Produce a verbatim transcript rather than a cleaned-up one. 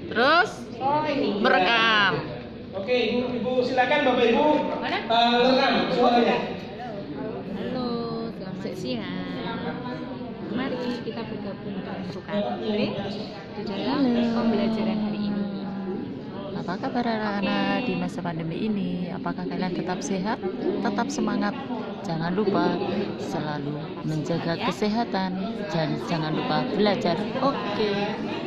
Terus merekam. Oke, ibu, ibu silakan bapak ibu. Mana? Uh, rekam suaranya. Halo, selamat siang. Mari kita bergabung bersukan di dalam pembelajaran hari ini. Apa kabar anak-anak di masa pandemi ini? Apakah kalian tetap sehat? Tetap semangat. Jangan lupa selalu menjaga kesehatan dan jangan lupa belajar. Oke.